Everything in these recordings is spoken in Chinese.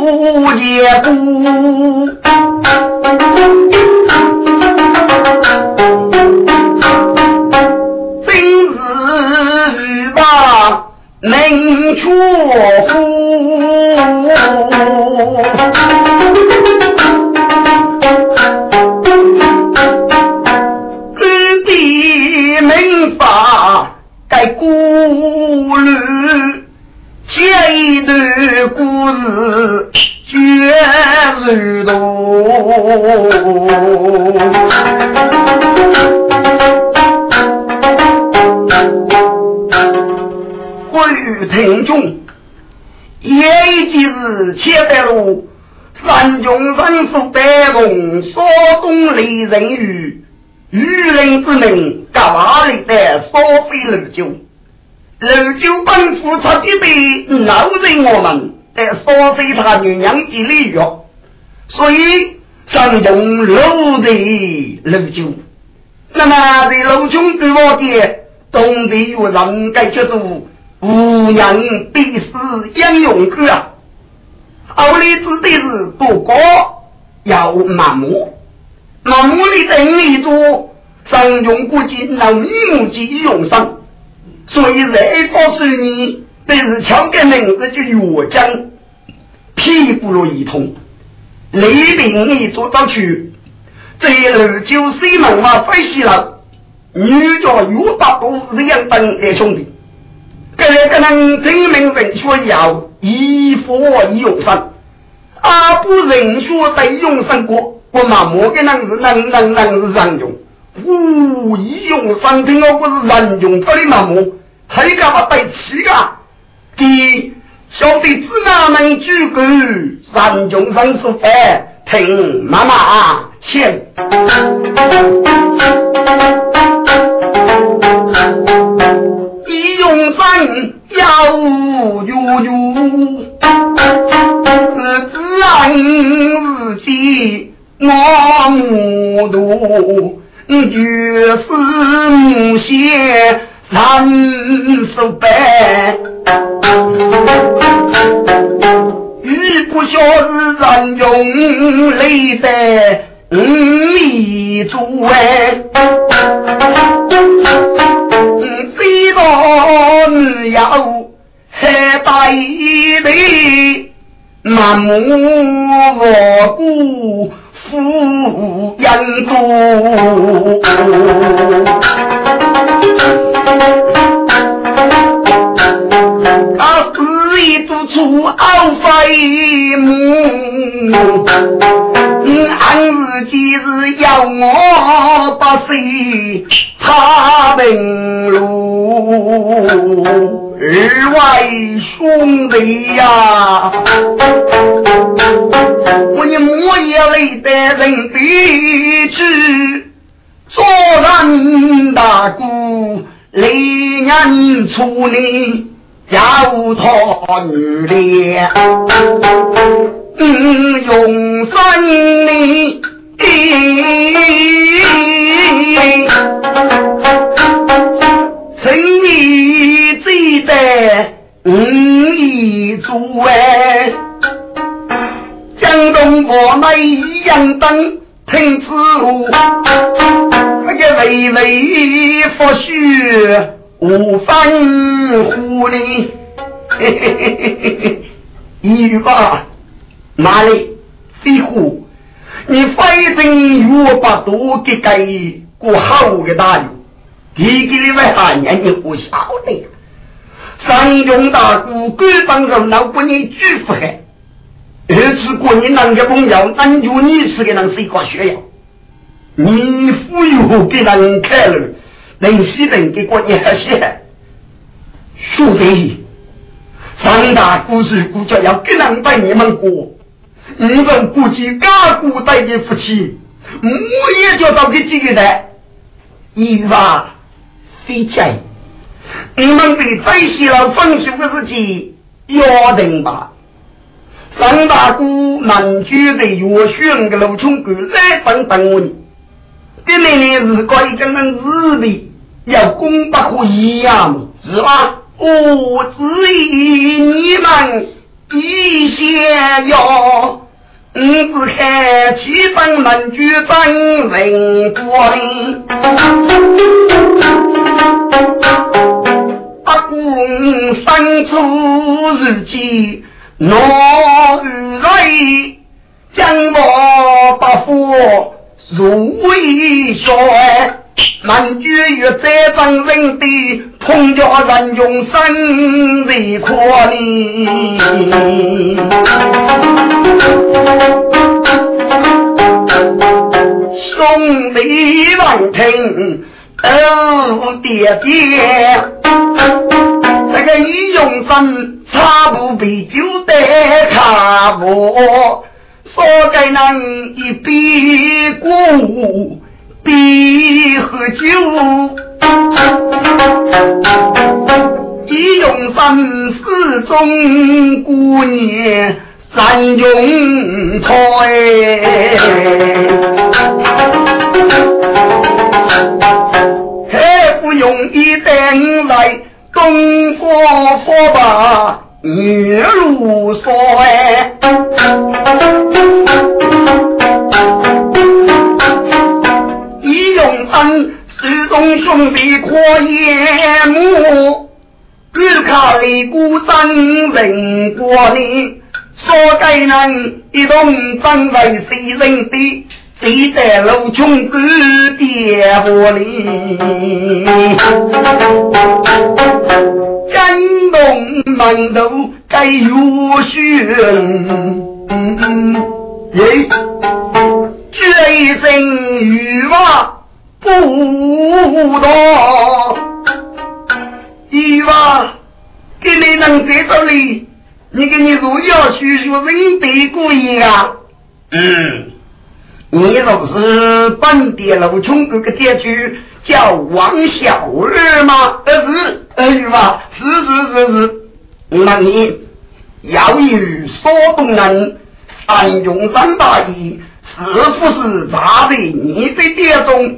结不今日吧能出乎各地民法该顾虑这一段故事绝是多各位听众也即是切白路三中三府白龙所东离人语愚人之名嘎瓦里的所非楼酒楼酒本府出几杯老人我们的所非他女娘之利用所以三中楼的楼酒那么在楼中对我的东北有人该觉得无娘必是应用歌啊奥利之地是不过要麻木麻木里等一做三中估计能目及用上所以这告诉你这是强个名字就有将屁不如一通雷鸣一做到去这楼就西门嘛飞西了女着有大多这样等的兄弟个人可能听明人说要以佛以用上阿不人说在用上过我马摩个能是上用无以用上听我不是人用这里马摩还干嘛带气啊给小弟子哪能举个三中三十听妈妈欠一用三要悠自然日记我目睹绝世母血三十倍欲不晓日然用泪的一诸位知道你要黑白的满目我故富人多他是一组出奥飞母俺日今日要我把谁他们路日外兄弟呀我你莫也累得人必去做人大姑雷人处理教他女的用三年请你记得一诸位江东我们一样等听此物那个微微佛须无番乎你一语吧哪里飞虎你非正有把多给改过好的大有第个礼拜半年你不晓得三中大姑各帮人老不你拒不开而此过你能个朋友难就你是给人谁挂学校你富有给人开了能西人给过你还些兄弟三大故事估计要给人带你们过你们估计嘎古代的夫妻我也就到给这个的一话非在你们被在西了放手的自己要定吧三大姑满觉得有选个老冲哥来等等我跟那年日过一个人日的要公不和一样是吧我指引你们一些哟。只看七分门居真人过哩，阿公生出日记挪于来，将我把佛如意说，满居于这张人的碰着人用生的可哩。兄弟望听哦爹爹，这个一用心差不比酒得卡我，说该能一比鼓比喝酒，一用心四中姑娘三用菜，还不用一等来东佛佛把女如说一用三始终兄弟可眼目，只看里孤山人过你说该能一动站在谁人的谁在楼穷子跌玻璃江东满头该如选这一声语话不多语话给你能接受你你给你如要叙述人的故意啊你若是本地老穷这个地区叫王小二吗是吧是那你要与说动人三用三大义是不是查的你在地中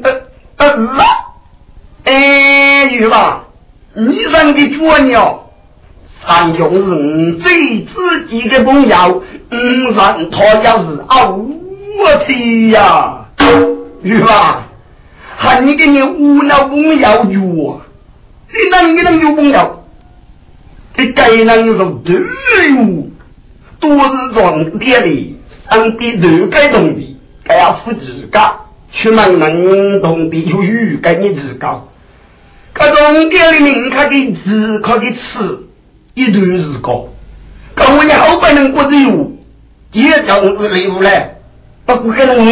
是吧你让的作鸟三用人最自己的朋友让他要是我天呀是吧喊你给你无脑朋友住你能有朋友你该能有队伍多是装店里上的都该懂的该要负自家去慢能懂的有语该你自高各种店里面他给自靠的吃一堆日高跟我你好不能过自由也叫我礼物来不可能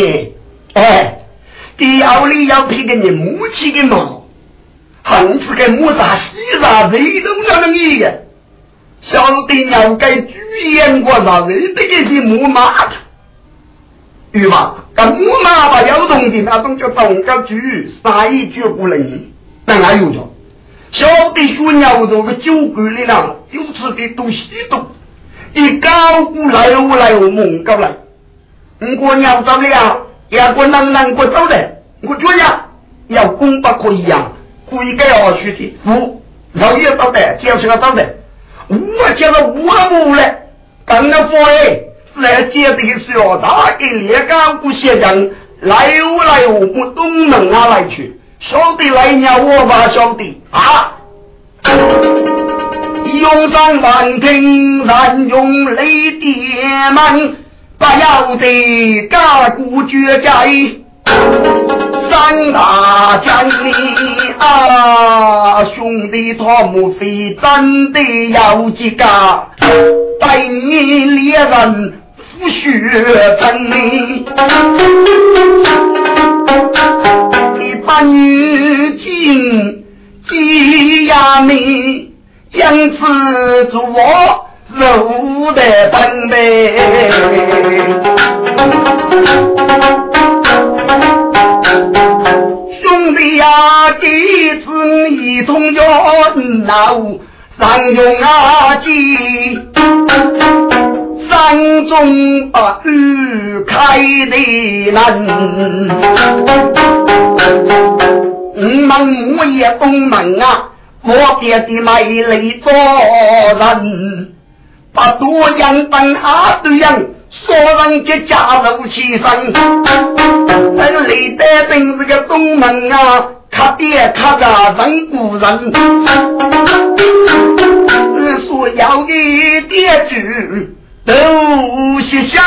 第二里要批给你母亲的毛很是给母啥西啥谁都要能一个小弟要该居言过啥谁这个是母妈对吧跟母妈把要动的那种叫动叫居啥一句不能那还有着小弟说鸟这个酒鬼里了有此的东西都一高过来我来我猛高来我鸟怎么样也我能过走的我觉得要公不可以呀故意给我去的不老爷走的接着要走的我觉得我不了刚刚说来接的时候他给列高不写人来我不东能来去小弟来鸟我吧小弟用上万听然用雷电们不要的嘎古绝在三大将领兄弟他们非真的要几个带你猎人复血成你一般女境鸡呀你将此助我肉的本呗兄弟呀弟子一同叫闹三用计三中把玉开的难门我也东门我别的美丽做人把多样本阿对样说人家加入其上，那个雷带兵这个东门啊，他爹他的人古人，所要的爹句都是香，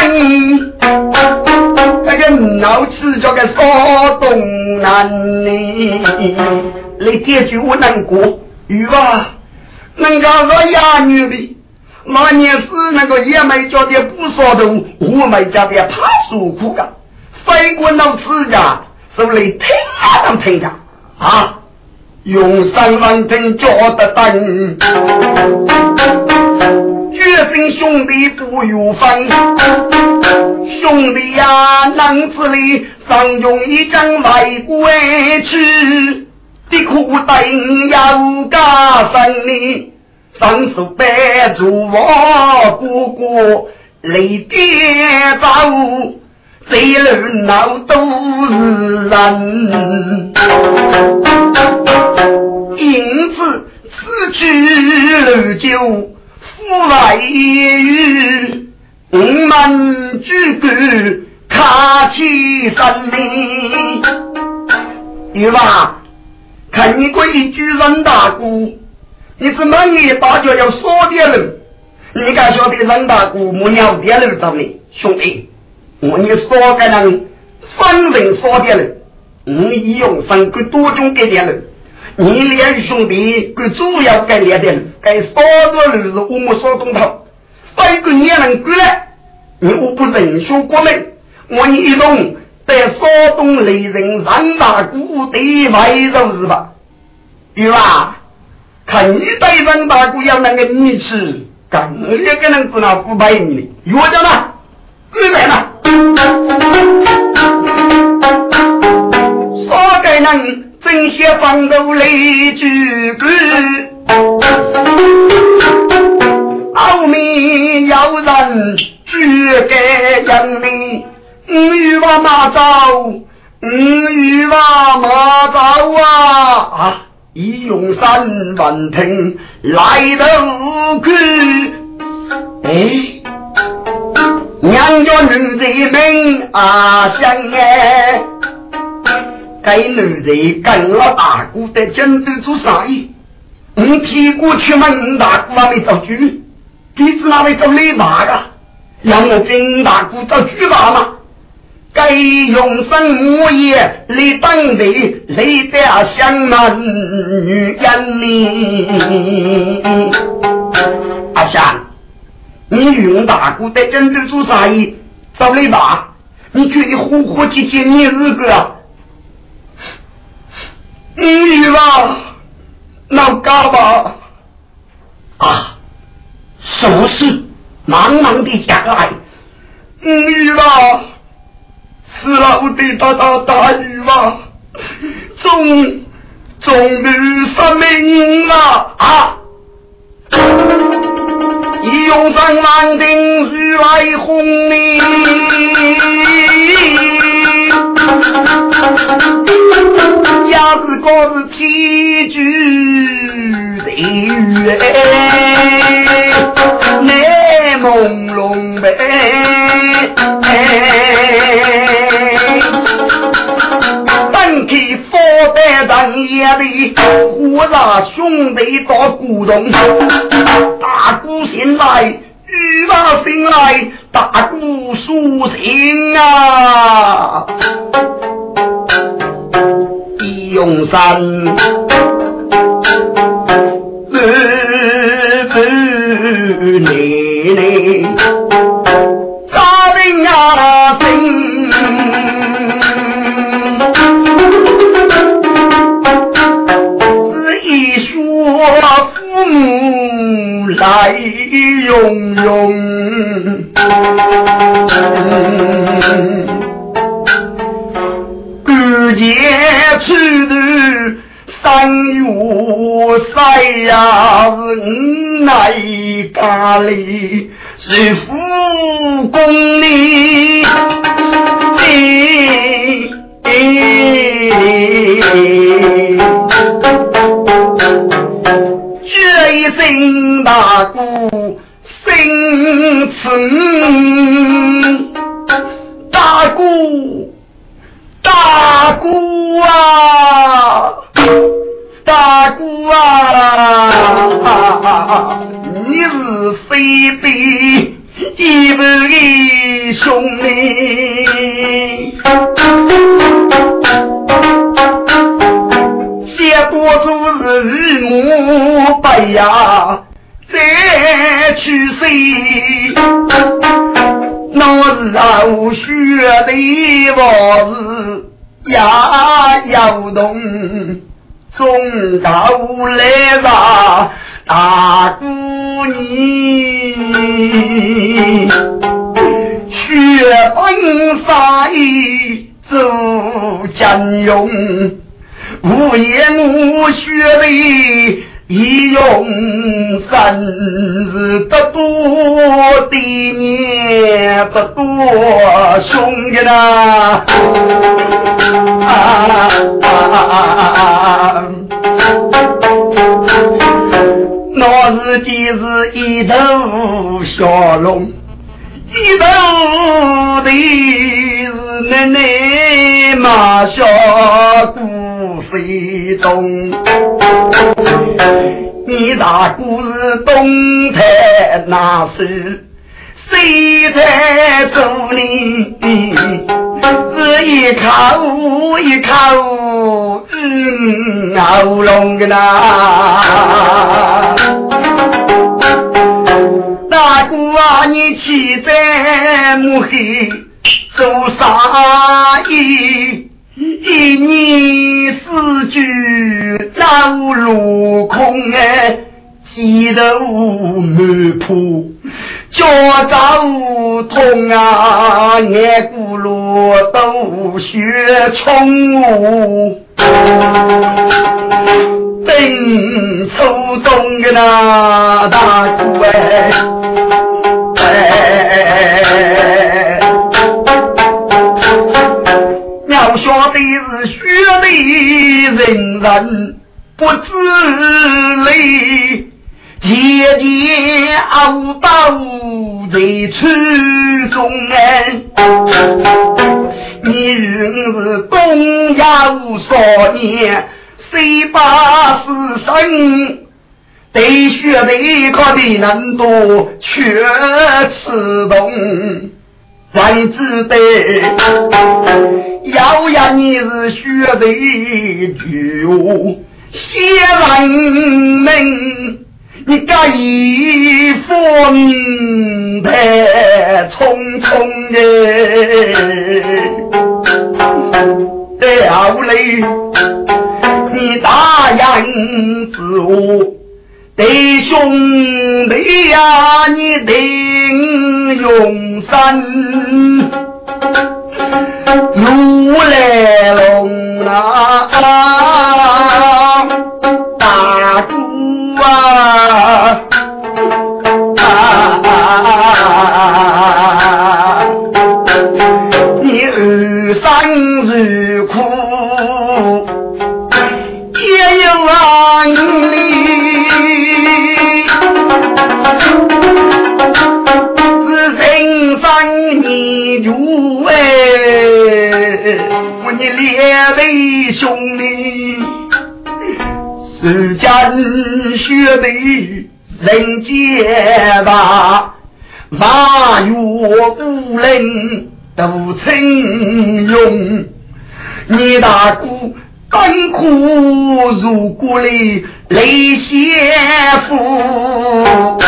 那个脑吃着个骚动男呢，你爹句我难过，与吧，能够说哑女的。那年是那个也没叫的不说的，我没叫的怕受苦的，飞过到自家，手里听啊都听着啊，用三万听叫得等，决心兄弟不有分，兄弟呀，能子里上用一张来归去，的苦等要加深你。上手背住我姑姑泪跌走，这人闹都是人，因此此去了就父来语，我们举个卡起身呢，对吧？看你过一句人大姑。你是满月大家要说点人，你敢说的人大姑母鸟点人到你兄弟，我你说个人三人说点人，你用上个多种给点人，你连兄弟个主要该练点人，该说的日子我们说动头，非个年人过来，你我不认输过门，我你一动在说动雷人人大姑的外头是吧？对吧？看你对人大姑要那个你吃，更也可能知道不白你的，有着呢，对不呢？说给人真些放斗雷句句，后面有人举给人民，与我马走，与我马走啊！一用三万听来到去，娘家女子名啊香哎，该女子跟了大姑的针对做啥意？屁股去问大姑那里找局，鼻子那里找雷马的，让我跟大姑找局马嘛。该用生母业来当地来的乡男女人呢？阿香，你用大姑的针对做啥意？找雷马，你觉得活活去见你日个？你吧，那干吧？啊，什么事？忙忙的讲来。你吧。是老的大雨吧，终于生命了啊！一用上万定雨来轰你，鸭子个子体具的雨内朦胧呗。本体佛在人也里，我让兄弟到古洞，大姑醒来，雨把醒来，大姑苏醒啊！一用山，你大人啊醒。父母来用用，过节去的三月赛呀，乃家里是父公里。这一声大鼓，声姑啊，大姑啊，你是非比一不一兄弟，写多主日母白呀，再去谁？那是后学的我是呀摇动，中到来吧，大姑你学本法医走兼用，无言无学的一用三日得多的年得多兄弟啦那日即是一头小龙，一头的是奶奶马小姑飞动，你大姑是东台那是西台走你，是一口一口喉咙的啦。大姑啊，你骑在木黑走啥意？一年四句道路空哎，鸡头满铺，脚走痛啊，眼咕噜都血冲，等抽动的那大姑要说的是学的人人不自累，节节熬到在池中你人是东要少年谁把死生，得学的可比人多却吃动，还知得要呀你是学的句写人们你该以风的匆匆的了嘞，你大样子我弟兄弟呀，你定用山如来龙啊，大姑啊，你二三日苦也有安利，是人生你如我你列位兄弟，世间学的人皆大，万有无人都曾用，你大姑甘苦如骨里泪血付，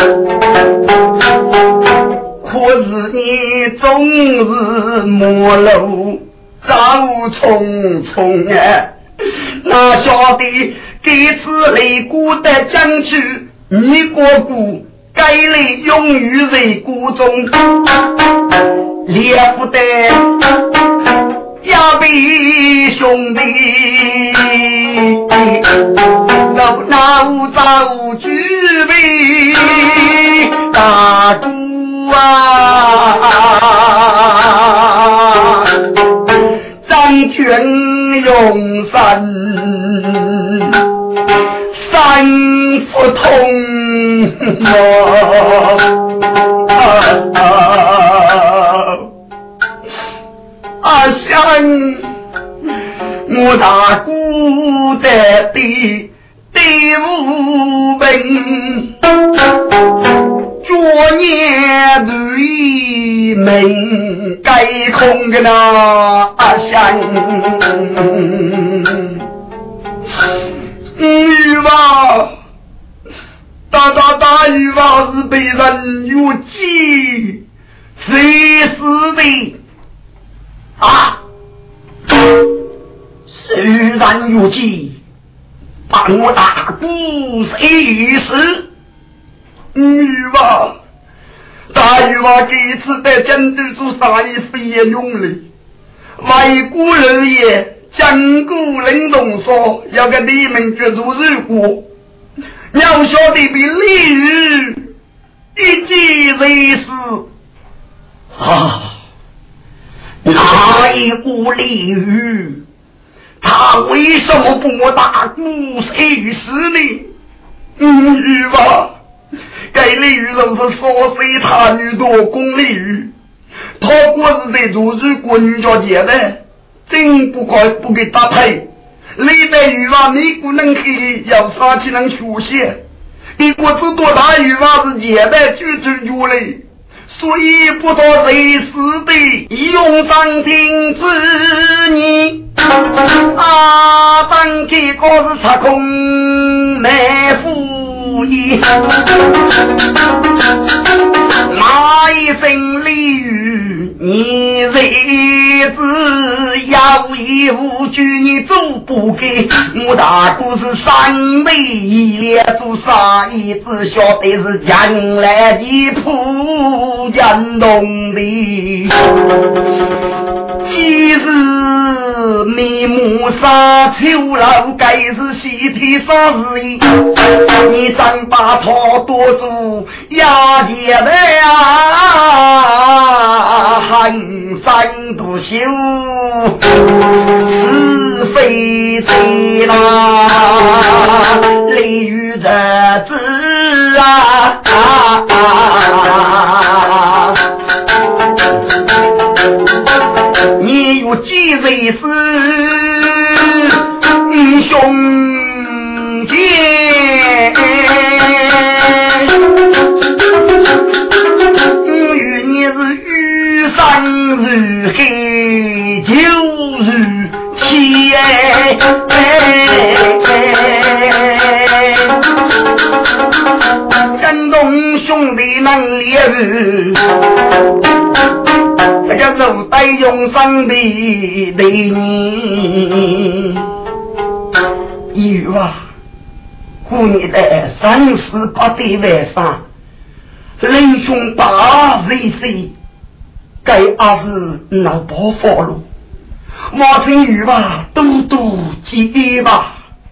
可是你终日莫楼早匆匆那晓得这次雷姑的将去，你国姑该来用于雷姑中列不得要被兄弟走那早举备大姑啊，张权用三不通想我大姑的地无病，昨夜对门该空的那山，女娃大女娃是被人有计谁死的啊？虽然有计把我大姑谁死？女娃大女娃这一次在战斗中杀一飞也用力，外国人也江古人动说要给你们决出日国，要晓得比利于一计为死啊！哪一股利于？他为什么不我大姑谁死呢？女娃该利于就是说谁他女多公利于，他国是在组织国女交接的，真不该不给搭配。李白女娃你不能黑，要杀气能出现。你国之多大女娃是结拜举止住嘞，所以不多谁死的用上听之你啊，当给个是插空没富义，哪一声利语你谁知要义无惧你走不给，我大姑是三位一列做杀一只晓得是将来的普江东的其实你母杀秋老该是西体杀日意，你长把头多住压解的呀寒山独修是非贼啦利于这子你有几位是兄姐与你是雨山日黑九日七山东兄弟能烈这个肉带用上的对你一娃故你的38对外上人兄把谁谁该阿是脑包发了我听语吧都记吧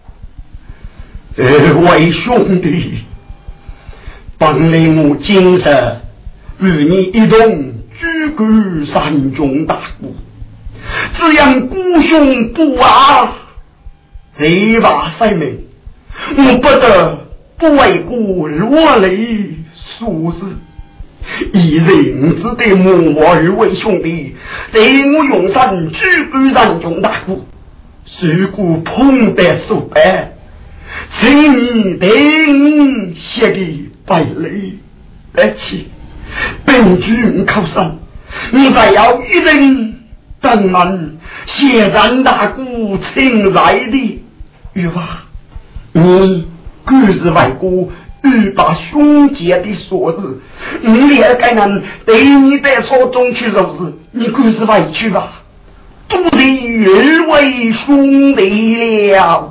为兄弟帮领我精神与你一同居居山中大鼓，只让孤兄不啊！这把塞命，我不得不为孤落泪数日。以人之的母儿为兄弟，对我永山居居山中大鼓，如果碰得手白，请你定写的败类，而且。本局靠山，你再要一人当然血染大姑请来的与娃，你各自外国欲把兄姐的锁子，你也该能对你在手中去肉子，你各自外去吧，都得二位兄弟了。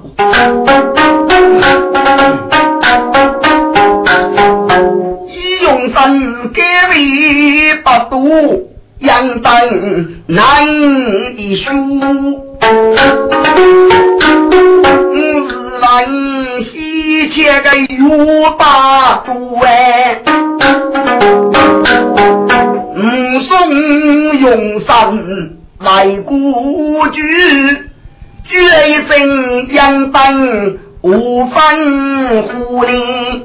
用山给为八度杨当难以输日晚西切个有八度送用山来故居决一声杨当无番狐狸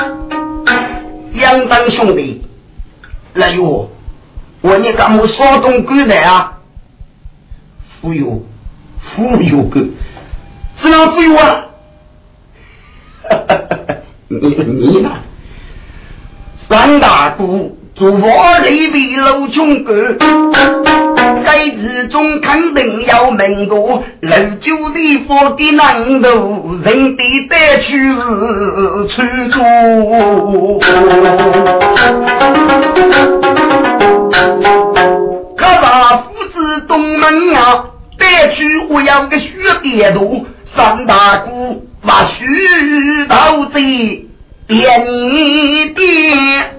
杨当兄弟来哟我你敢不说动鬼来啊？ 富有个，只能富有啊！你呢？三大姑做我里比老穷哥，该之中肯定要名过，老酒的佛的难度，人的带去出租。可把父子东门啊，带去我要个血点度，三大姑把许到这。点你点，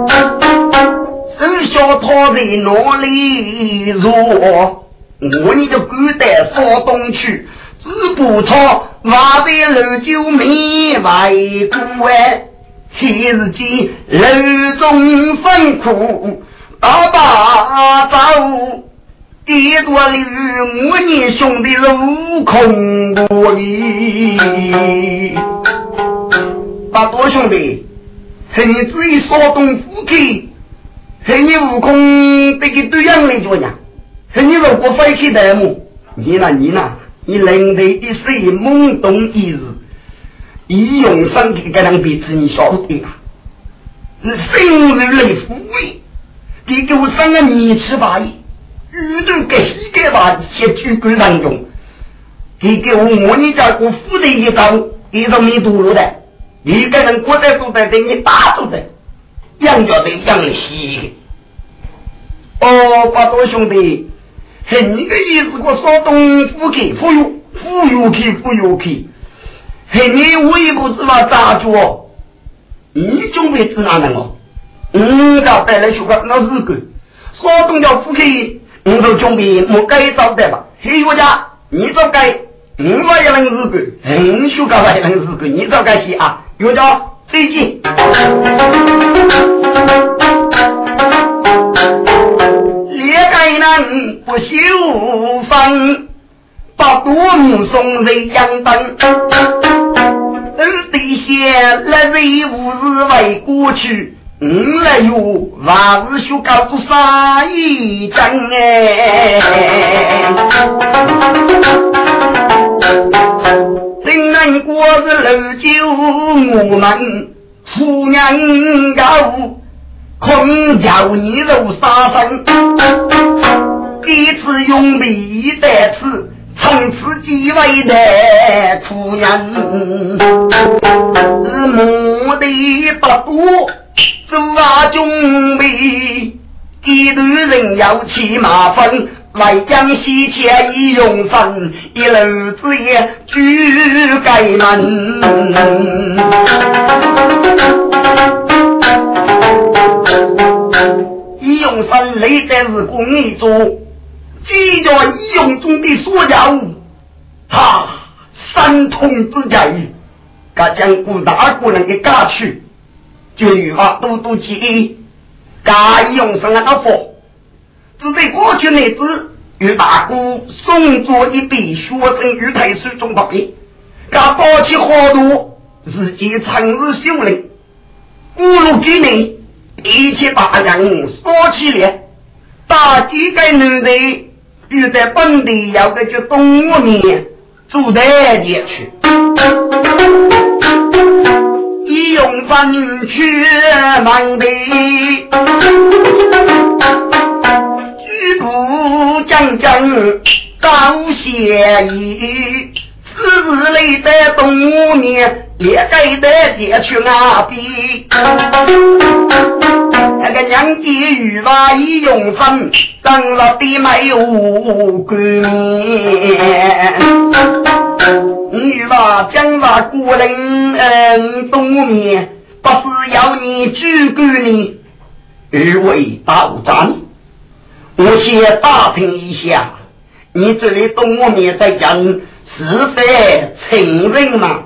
手小拖在哪里弱？我你就赶得说东去，只不错挖的楼就没外顾哎，黑日间楼中分苦，打把走。一多里我你兄弟路空过你。把多兄弟，是你自己说动夫妻，是你悟空这个对样来做呀，是你如果飞去的目，你呢，你人类的是懵懂意识，以用身体给人彼此你晓得啊，你生人类富贵，你给我生个你吃吧，宇宙给世界吧，先去归上用，你给我你家我负责一招，一招没堵路的。一个人过在住的给你打住的，养着的养西。哦，巴多兄弟，是你的意思，我说东富给富有去，是你微不知道咋做？你准备知哪能哦？家带来学个那日个，说东叫富给，都准备莫该找的吧？嘿，我家你找该，我也能日个，学个也能日个，你找该些啊？有着最近列该人不修分，把多母送人养灯，得先来为五日为过去，来有万日修告诉啥一张今人过日楼酒，我们夫人高，空叫你肉杀生，第一次用力的次，从此即为的夫人，母的不多，做啊准备，一堆人要起麻烦。来将西前一用分，一楼子也举盖门。一用分雷在是公益中，记着一用中的所教，他三通之间，他将古大古人给嘎去，就与他都记忆，嘎一用上那佛。只在过去那子与大姑送作一笔学生于太师中特别，他抱起好多自己长日修炼，咕噜给你一切大人说起来，大几个女的就在本地要个就东面住在街去，一用分去忙的举步将将高写意，此日里的东面也该的街去那边，那个娘子与娃一用分当了的没有归面，女娃将娃过人东面不是要你居居你而为道战，我先打听一下，你这里东面在讲是非承认吗？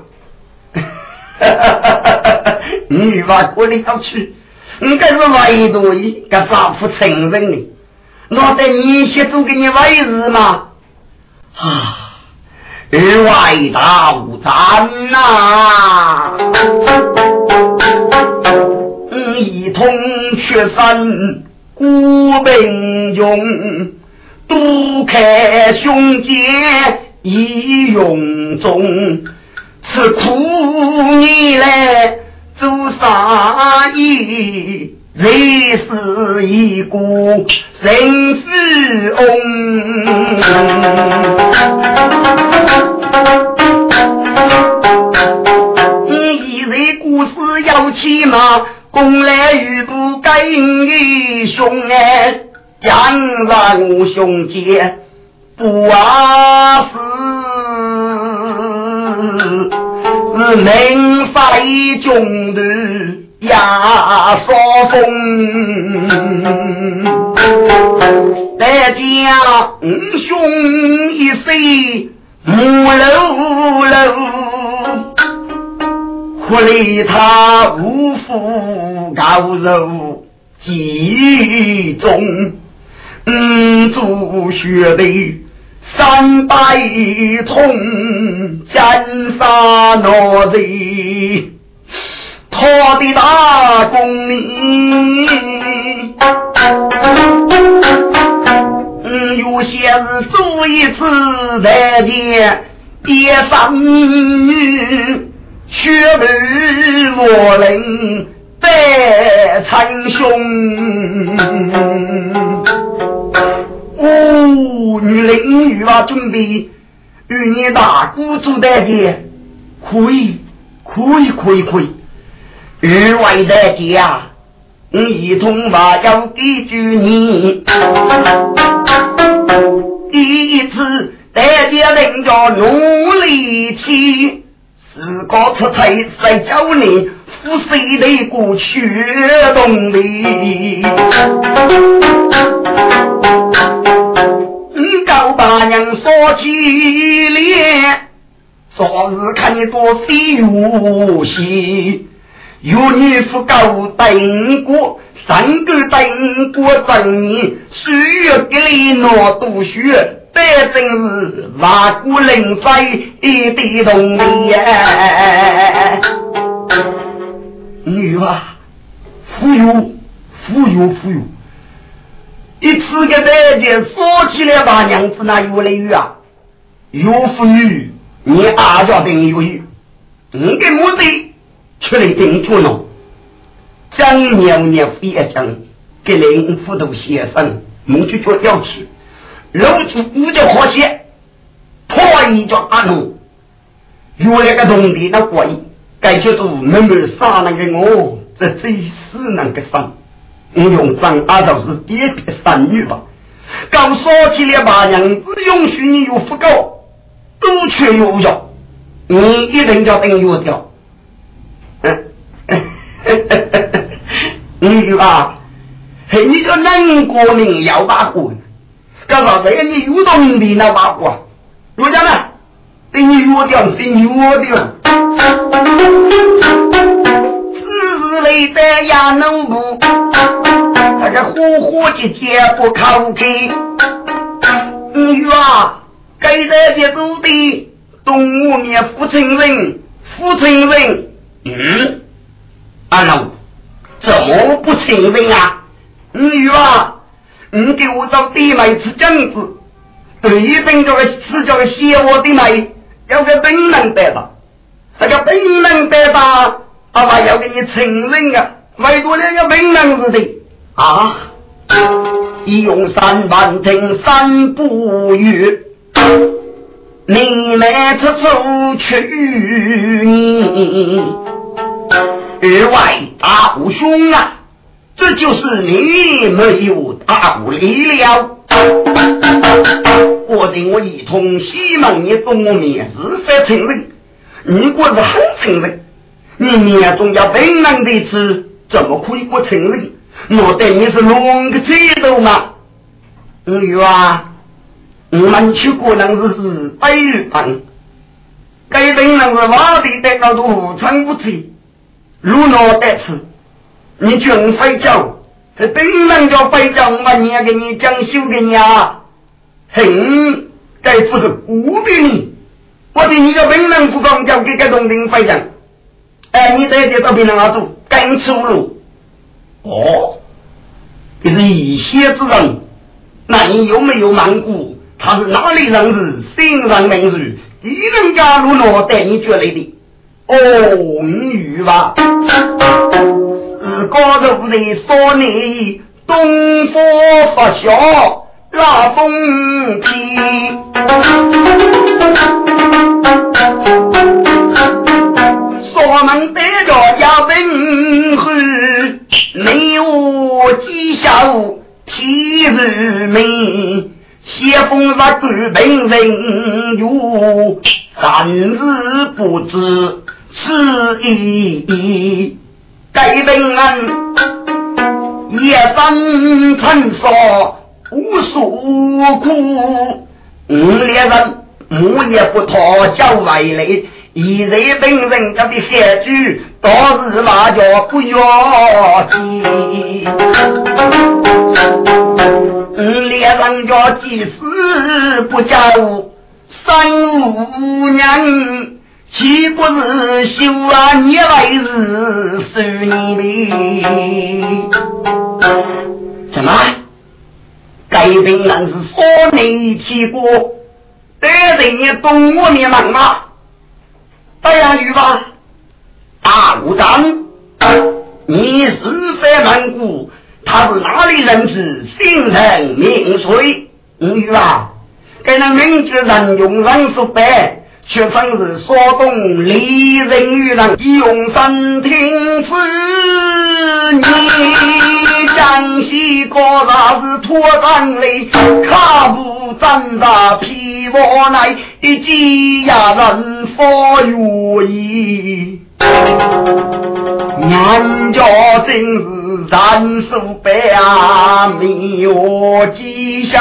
女娃过来要去，应该是外头一个丈夫承认的，那在你先做给你外事吗？而外道战呐，一同雪山孤兵勇，独开胸间已用中，此苦你来做啥意？人是一股人是翁，一人故事要起嘛，公来与不该英雄哎，江上兄姐不啊是明法一中的呀说风，大家兄一岁母楼楼，苦里他无福高肉集中，做学的300通斩杀脑子他的大功名，有些日做一次来见别上女，学儿我能拜参兄。女领女啊，准备与你大姑做大姐，可以。日外大姐啊，一通话要给句你。第一次大姐领着努力去，是个出差在教你夫妻的过去动力。高大娘说起脸，昨日看你多飞游戏，有女夫高等过3个等过整年，10月给你挪读学，百真是瓦古灵飞一地动力呀！女啊，富有。一次个大姐说起来把娘子那有雷雨啊，有妇女你阿家等有雨，你给目的出来顶住呢，将娘娘飞一将给人辅导先生蒙去做调去，露出五的和谐破一脚阿奴，有那个东地那鬼该觉得能够杀那个我这最是那个伤用上阿道是别3女吧，刚说起来把娘子允许你有不够都却有用，你一定要等有掉。女啊，你就能过命要把火，刚好这你有动力那把火，我讲呢，等你有掉是有掉。是类的呀能不那个活姐姐不靠开女啊，该在这都的动物面父亲人阿老怎么不承认啊？女啊，你给我找弟妹吃酱子，对一等这个吃这个写我的妹要个本能得到，那个本能得到爸爸要给你承认啊，外国人要本能是的啊！一用3万听3不语，你们出处去你日外大无兄啊，这就是你没有大无理了。我等我一同希望你懂我面是非承认，你果是很承认，你面中要本能的吃，怎么可以不承认？我对你是弄个制度嘛？女啊，我们去过能是北日本，该本能是瓦地带到都长不起，路脑带吃，你准飞叫，这本能叫飞叫，我你要给你讲修给你啊，很该不是无比你，我的你个本能不讲叫给个东丁飞讲，你在这到别人阿做更出路。哦，这是一些之人，那你有没有瞒过他是哪里人士，心上名士，一人家路落带你觉来的。哦，女吧，是高头的说你东风发小拉风皮，说能得着要本事，没有绩效体日美，写封杀古本人有3日不知此意，该本案夜山传说无数苦，猎人母也不脱叫外来，一人本人家的写句都是那叫不要紧，猎人家即使不叫3-5年，岂不是修啊你来日是你命？什么？该本人是说你提过，得人也懂我面忙吗？白杨鱼吧，大武长，你是非蛮古，他是哪里人士，姓陈名谁？鱼吧，给那名字人用人说白，却方是说动离人与人用三听之你江西果然是脱单嘞，卡不站在皮窝内，一记呀人佛如意，人家真是人手白啊，没有绩效，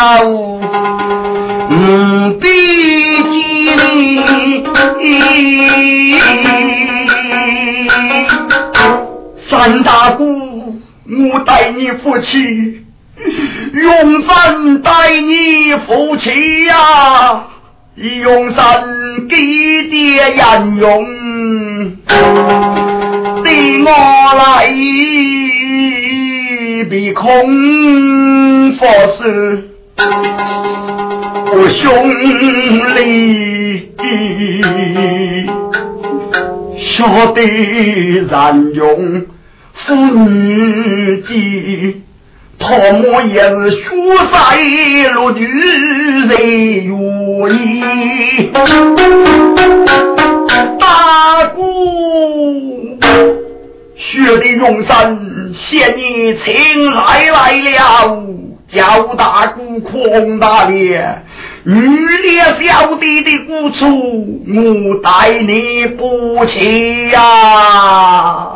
比基里三大姑，我带你夫妻，永山带你夫妻呀，永山给爹眼用，对我来比空佛事，我兄弟晓得然用妇女计，他们也是学在路女人如意，大姑学的用山嫌你请来了，叫大姑狂大烈，女烈小弟的鼓处，我带你不起呀。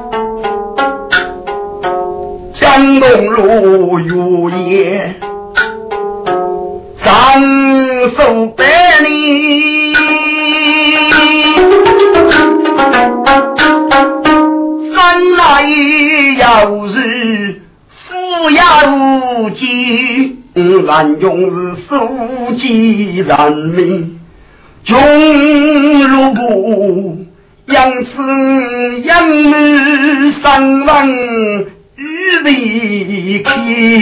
江东路如夜，张手百里，山来有日富有计，然用是收集人民，穷如不养子养女3万离开，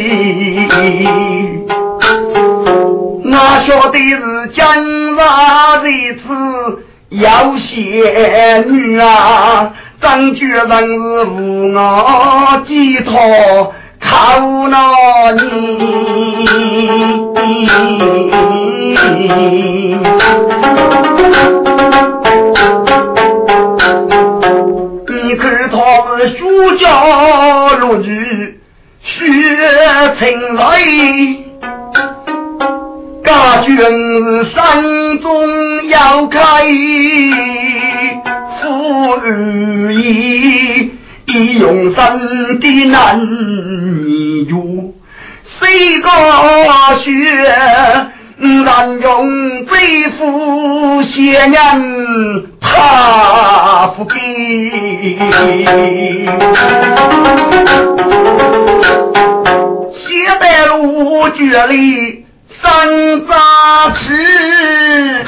我晓得是江沙这次要仙女啊，张觉人是无我寄托靠那你，你看他是书家落女学成来，家眷山中要开富裕意，一用山的难你有谁个学，然用最富些人他不给，写在路绝里三杂吃，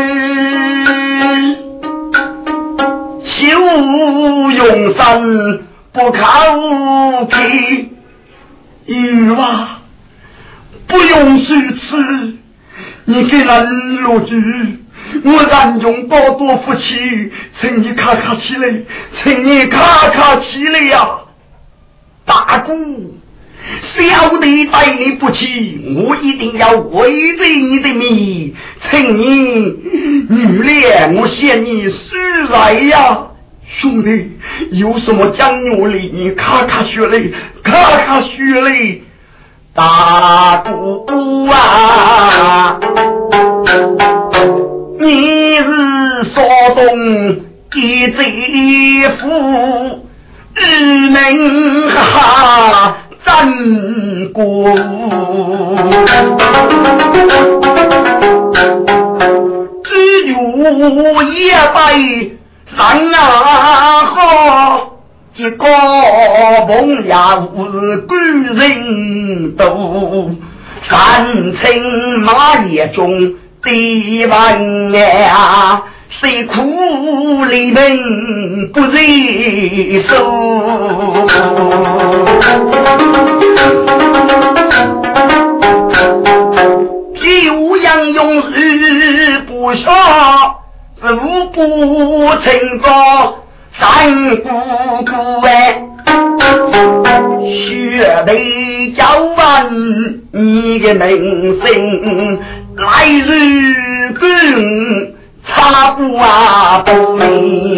修用山不靠气，女娃不用虚词， 你给那老句，我然用多多福气，请你卡卡起来，请你卡卡起来呀！大姑，小弟待你不起，我一定要跪在你的面，请你女脸，我嫌你虚来呀！兄弟，有什么讲究哩？你卡卡学嘞，卡卡学嘞！大姑啊，你是所动一贼夫，日能哈战国，只有一百。三好，这个梦呀无贵人都，三乘马也中第万呀，谁苦里面不忍受？九阳勇士不少。无不成高三姑姑哎，学得教完你的名声，来日更差不不明。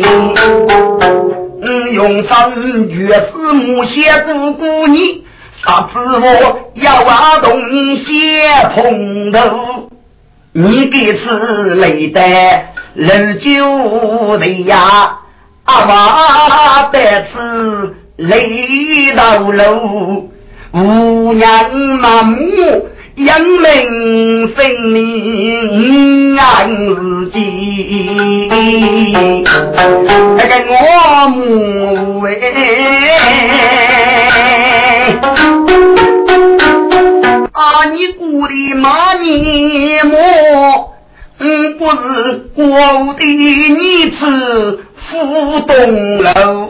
用上月是母些姑姑你，啥子我要动你些碰头，你给此累的。人就的呀，娃得此累到楼，无娘麻木养命生命安自己，那个我母你姑的骂你么？不是我的女子浮动楼，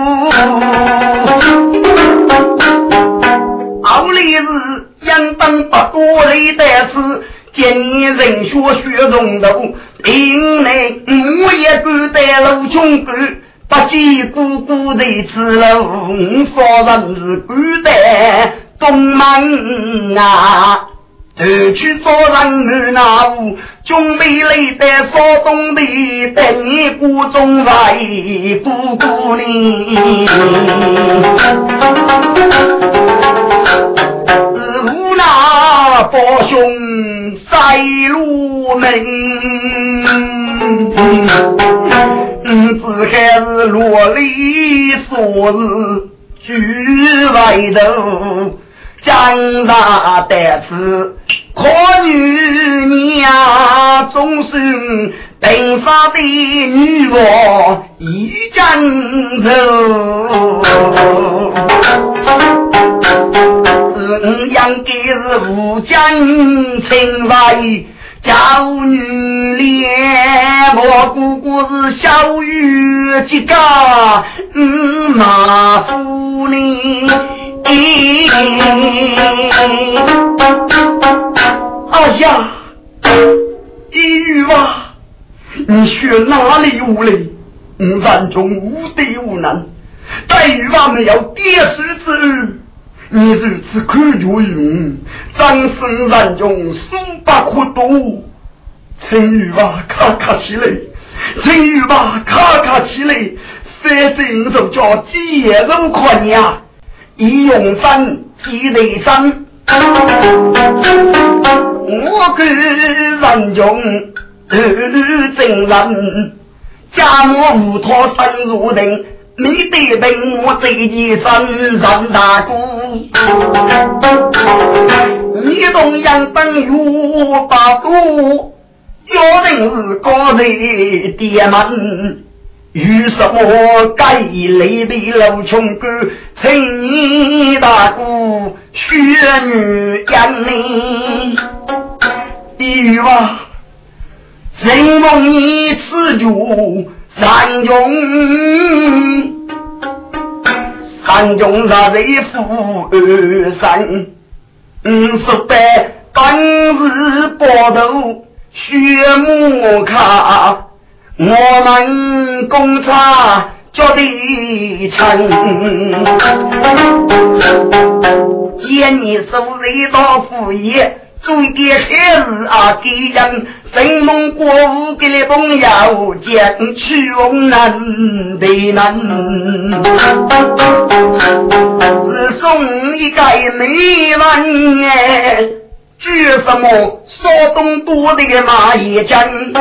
奥利是阳当不多累的是见你人学学中楼，因内我也不得楼中哥不计姑姑的子楼，所人是不得东门啊。去做人那屋，准备来的所动的，等你姑中来姑姑你。无那伯兄赛路门，只还是罗里所日居外头。长大的是可女娘，终是本法的女我一江走，养给是无江情外教女脸，我姑姑是小雨几个马夫呢。哎呀，一语啊，你学哪里有嘞？山中无敌无难，在语话没有跌石之日，你如此苦就用，张生山中苏把苦毒，请语吧卡卡起来，请语吧卡卡起来，反正就叫接肉宽呀。一用山积累山，我个人中真人，家母无托生入定，你得等我这一生人大姑，你东阳等有八度，有人是高人爹们。与什么该类的老穷哥，请你大姑学女养你，一话人梦你此主三中杀人负二三，说得当日不头血木卡，我们公差叫地成，见你手里到副业，最给孩子啊给人，神梦过午给你朋友讲去翁难的难，自送一个美人哎。据什么说东多的蚂蚁针，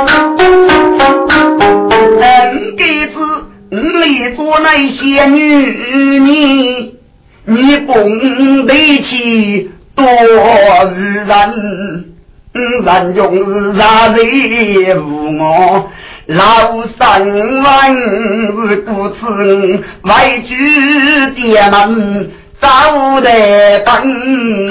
给子你做那些女你懂得起多人人用啥子无我老三万是故此外居爹们早得等，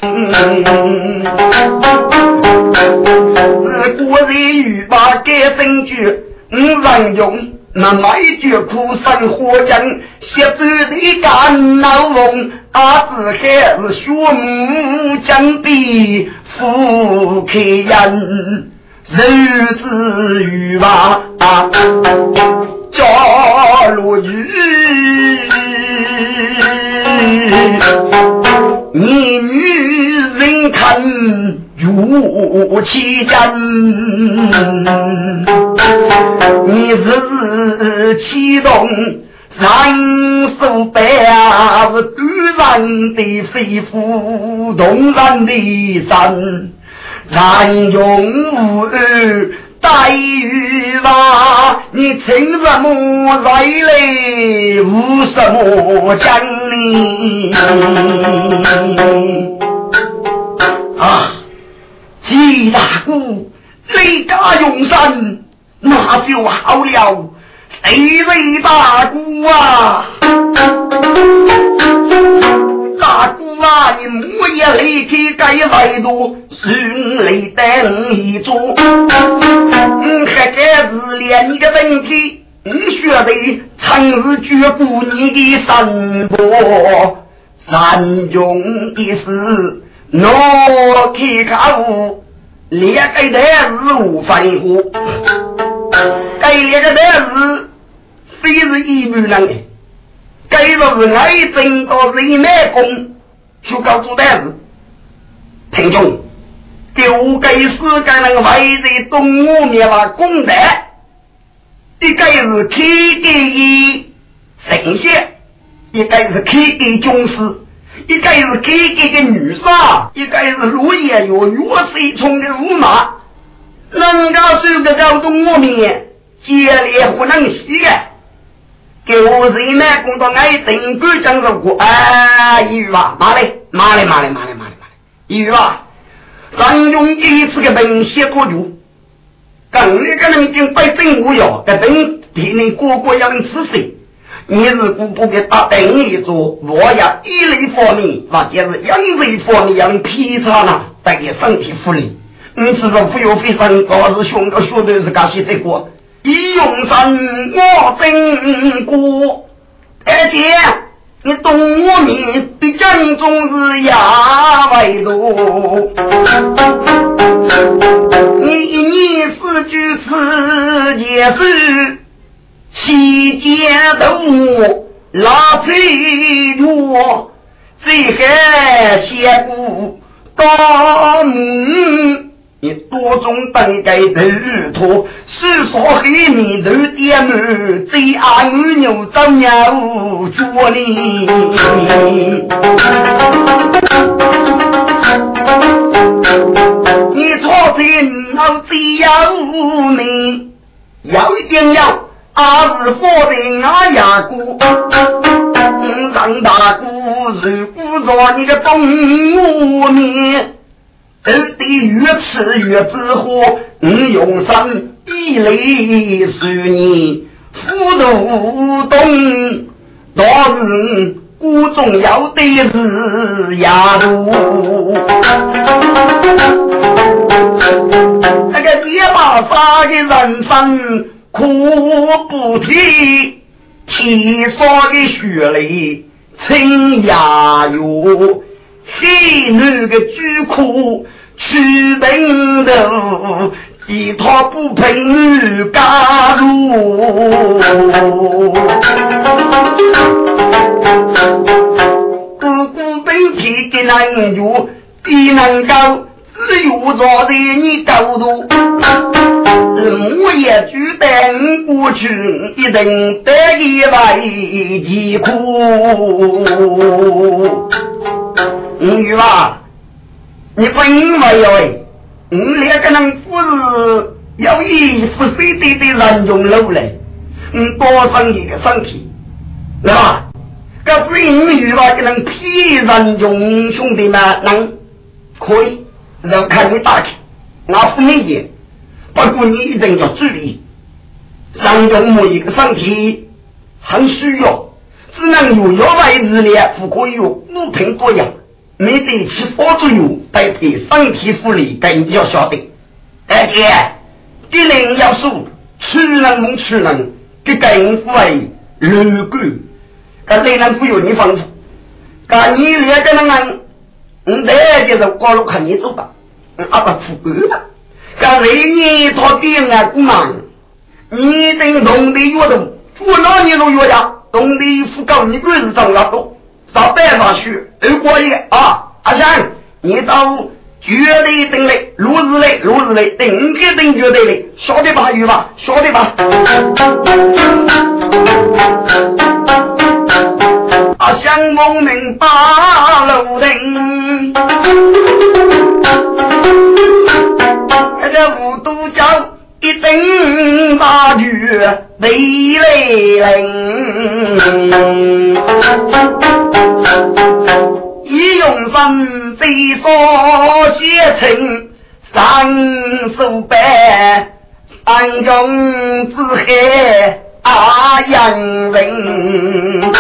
国人语把改分句，人用那买句苦生活真，写字的干脑翁，阿子还是学母将笔富客人，日子语吧叫落雨。你女人看如其真，你是启动人手白是感人的肺腑，动人的心，人用无语待遇吧，你凭什么来嘞？无什么真理啊！季大姑，你家用神，那就好了。谁为大姑啊？大姑啊，你莫也离开该外度，顺利等一做。还该是连一个问题，学的常是绝不你的三波三种的事，我去考列个的是无反乎，该列个的是非是一女人的，该说是爱真到是一卖公去告诉的是听众丢给世界那个外在动物灭亡公德，一个是开给神仙，一个是开给宗师，一个是开给个女杀，一个是如也有弱水冲的驸马，能够是个叫动物灭接连不能洗的，给我人呢工作爱整个讲说过啊一语吧，马嘞一语吧。上用一次个本写多久更那个人经被政府要在本体内过要人吃水，你是不给打等一做我要一类方面或者是养类方面让批查呢带给身体福利，你知道富有非常高是胸高学的是干些这个一用上我真过，而且你懂我们的正宗是亚外多，你是句词也是期间的我拉推多，这个写古大母你多种本该头托是说黑你头点母最爱牛长鸟做你你错天老只有你要一定要阿是佛的阿雅姑让大姑如果做你的动物面得越吃越之后用上一类是你辅助动多人孤重要的是压路那个结巴发的人生苦不提提说的血泪清牙油黑那个巨苦去本头寄托不平加入姑姑本体的难有必能够只有着的你高度我也觉得过去一定得一为疾苦女娃你分没有两个人不是有意不随地的人用楼来多生一个身体对吧可是女娃就能批人用兄弟们能可以然后看你打起拿负面点不过你一定要注意人用某一个身体很需要只能有药外治疗不可以有不平多样没得起副作用代替身体护理更要晓得而且敌人要素吃人蒙吃人给更为如果可是人不有你方法可你两个人这就是过路看你走吧阿爸富贵了可是你他病啊姑妈你等懂得药的我哪你都药呀懂得不告你鬼子上了都找办法去如果也阿强你到绝对等嘞如日嘞等个等绝对嘞晓得吧语吧晓得吧阿香梦明八楼顶那个五都教一等大举美丽人一用身最所写成三手白三中之黑洋人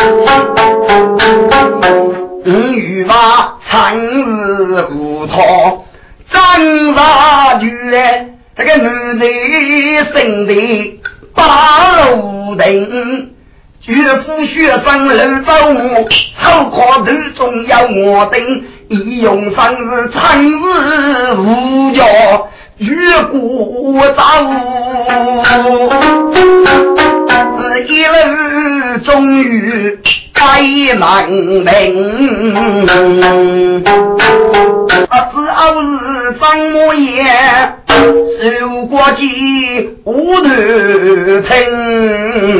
与娃参日无托张大举这个女的生的八楼顶绝夫学生人造我后考头中要我等一用三日参日无教越过早一日终于开满门自傲日张模也受过几无头听